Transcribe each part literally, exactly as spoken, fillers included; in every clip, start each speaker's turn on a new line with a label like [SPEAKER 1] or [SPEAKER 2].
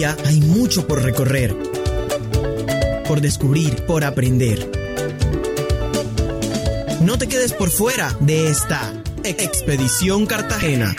[SPEAKER 1] Todavía hay mucho por recorrer, por descubrir, por aprender. No te quedes por fuera de esta Expedición Cartagena.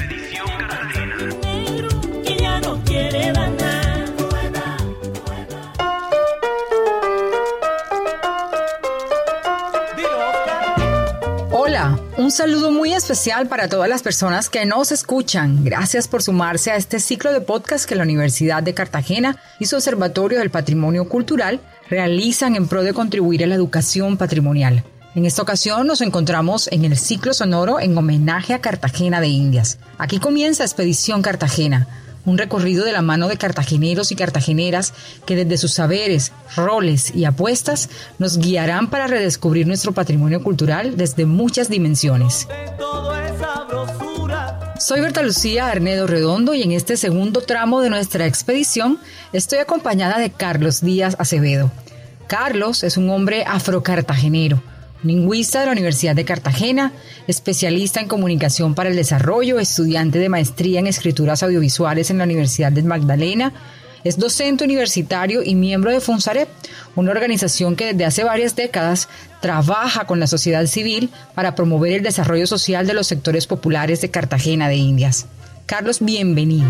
[SPEAKER 2] Hola, un saludo muy especial para todas las personas que nos escuchan. Gracias por sumarse a este ciclo de podcast que la Universidad de Cartagena y su Observatorio del Patrimonio Cultural realizan en pro de contribuir a la educación patrimonial. En esta ocasión nos encontramos en el ciclo sonoro en homenaje a Cartagena de Indias. Aquí comienza Expedición Cartagena, un recorrido de la mano de cartageneros y cartageneras que desde sus saberes, roles y apuestas nos guiarán para redescubrir nuestro patrimonio cultural desde muchas dimensiones. Soy Berta Lucía Arnedo Redondo y en este segundo tramo de nuestra expedición estoy acompañada de Carlos Díaz Acevedo. Carlos es un hombre afrocartagenero, lingüista de la Universidad de Cartagena, especialista en comunicación para el desarrollo, estudiante de maestría en escrituras audiovisuales en la Universidad de Magdalena, es docente universitario y miembro de FUNSAREP, una organización que desde hace varias décadas trabaja con la sociedad civil para promover el desarrollo social de los sectores populares de Cartagena de Indias. Carlos, bienvenido.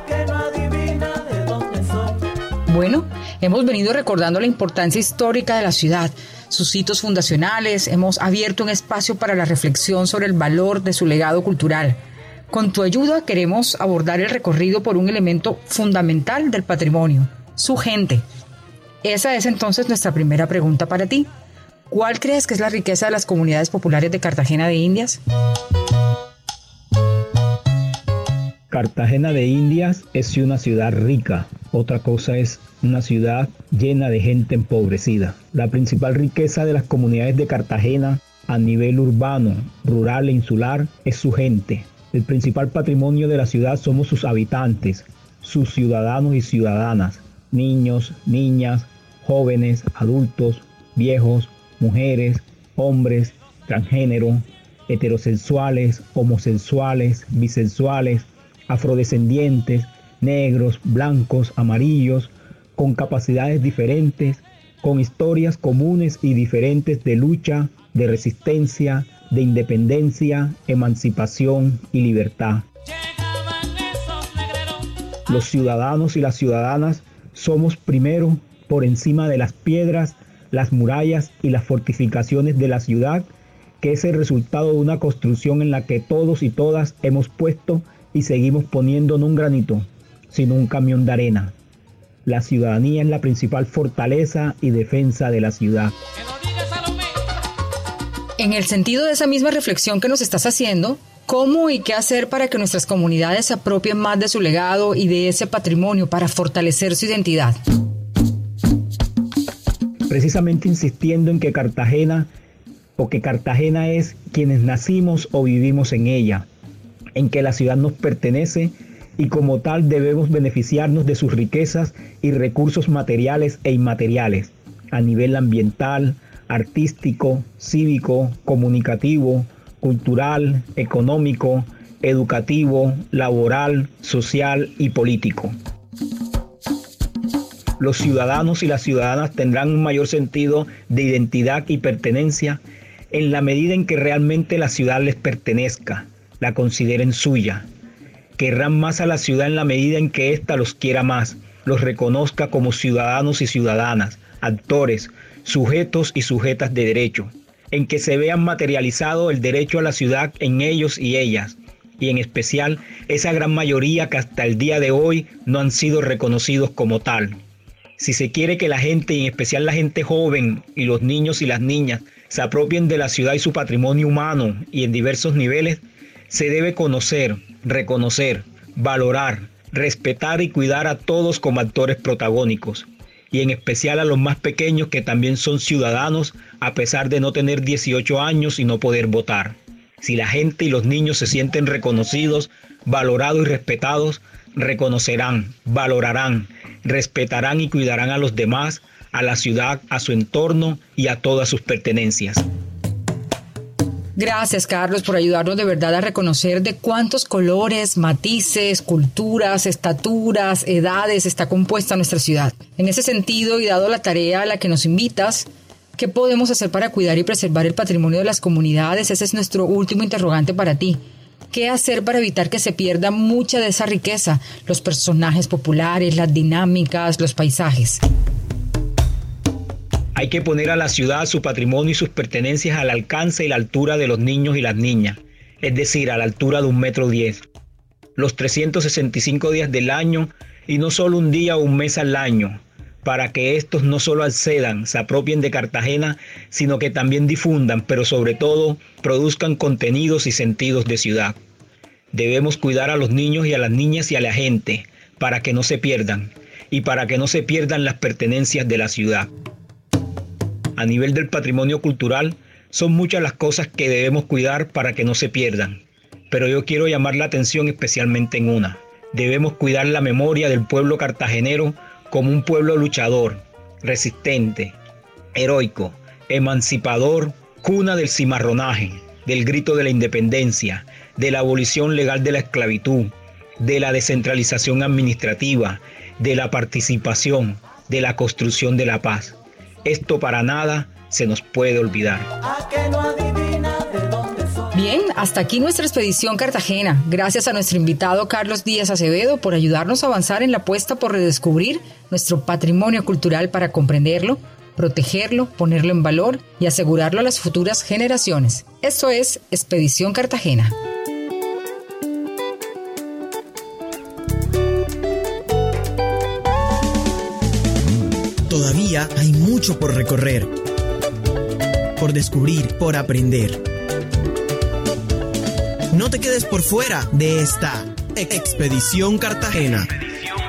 [SPEAKER 2] Bueno, hemos venido recordando la importancia histórica de la ciudad, sus hitos fundacionales, hemos abierto un espacio para la reflexión sobre el valor de su legado cultural. Con tu ayuda queremos abordar el recorrido por un elemento fundamental del patrimonio, su gente. Esa es entonces nuestra primera pregunta para ti. ¿Cuál crees que es la riqueza de las comunidades populares de Cartagena de Indias?
[SPEAKER 3] Cartagena de Indias es una ciudad rica, otra cosa es una ciudad llena de gente empobrecida. La principal riqueza de las comunidades de Cartagena a nivel urbano, rural e insular es su gente. El principal patrimonio de la ciudad somos sus habitantes, sus ciudadanos y ciudadanas, niños, niñas, jóvenes, adultos, viejos, mujeres, hombres, transgénero, heterosexuales, homosexuales, bisexuales, afrodescendientes, negros, blancos, amarillos, con capacidades diferentes, con historias comunes y diferentes de lucha, de resistencia, de independencia, emancipación y libertad. Los ciudadanos y las ciudadanas somos primero, por encima de las piedras, las murallas y las fortificaciones de la ciudad, que es el resultado de una construcción en la que todos y todas hemos puesto y seguimos poniendo no un granito, sino un camión de arena. La ciudadanía es la principal fortaleza y defensa de la ciudad.
[SPEAKER 2] En el sentido de esa misma reflexión que nos estás haciendo, ¿cómo y qué hacer para que nuestras comunidades se apropien más de su legado y de ese patrimonio para fortalecer su identidad?
[SPEAKER 3] Precisamente insistiendo en que Cartagena, o que Cartagena es quienes nacimos o vivimos en ella, en que la ciudad nos pertenece y como tal debemos beneficiarnos de sus riquezas y recursos materiales e inmateriales, a nivel ambiental, artístico, cívico, comunicativo, cultural, económico, educativo, laboral, social y político. Los ciudadanos y las ciudadanas tendrán un mayor sentido de identidad y pertenencia en la medida en que realmente la ciudad les pertenezca, la consideren suya. Querrán más a la ciudad en la medida en que ésta los quiera más, los reconozca como ciudadanos y ciudadanas, actores, sujetos y sujetas de derecho, en que se vean materializado el derecho a la ciudad en ellos y ellas, y en especial esa gran mayoría que hasta el día de hoy no han sido reconocidos como tal. Si se quiere que la gente, y en especial la gente joven y los niños y las niñas, se apropien de la ciudad y su patrimonio humano y en diversos niveles, se debe conocer, reconocer, valorar, respetar y cuidar a todos como actores protagónicos, y en especial a los más pequeños que también son ciudadanos a pesar de no tener dieciocho años y no poder votar. Si la gente y los niños se sienten reconocidos, valorados y respetados, reconocerán, valorarán, respetarán y cuidarán a los demás, a la ciudad, a su entorno y a todas sus pertenencias.
[SPEAKER 2] Gracias, Carlos, por ayudarnos de verdad a reconocer de cuántos colores, matices, culturas, estaturas, edades está compuesta nuestra ciudad. En ese sentido, y dado la tarea a la que nos invitas, ¿qué podemos hacer para cuidar y preservar el patrimonio de las comunidades? Ese es nuestro último interrogante para ti. ¿Qué hacer para evitar que se pierda mucha de esa riqueza? Los personajes populares, las dinámicas, los paisajes.
[SPEAKER 3] Hay que poner a la ciudad, su patrimonio y sus pertenencias al alcance y la altura de los niños y las niñas, es decir, a la altura de un metro diez. Los trescientos sesenta y cinco días del año y no solo un día o un mes al año, para que estos no solo accedan, se apropien de Cartagena, sino que también difundan, pero sobre todo produzcan contenidos y sentidos de ciudad. Debemos cuidar a los niños y a las niñas y a la gente, para que no se pierdan, y para que no se pierdan las pertenencias de la ciudad. A nivel del patrimonio cultural, son muchas las cosas que debemos cuidar para que no se pierdan, pero yo quiero llamar la atención especialmente en una. Debemos cuidar la memoria del pueblo cartagenero como un pueblo luchador, resistente, heroico, emancipador, cuna del cimarronaje, del grito de la independencia, de la abolición legal de la esclavitud, de la descentralización administrativa, de la participación, de la construcción de la paz. Esto para nada se nos puede olvidar.
[SPEAKER 2] Bien, hasta aquí nuestra expedición Cartagena. Gracias a nuestro invitado Carlos Díaz Acevedo por ayudarnos a avanzar en la apuesta por redescubrir nuestro patrimonio cultural para comprenderlo, protegerlo, ponerlo en valor y asegurarlo a las futuras generaciones. Esto es Expedición Cartagena.
[SPEAKER 1] Todavía hay mucho por recorrer, por descubrir, por aprender. No te quedes por fuera de esta Expedición Cartagena.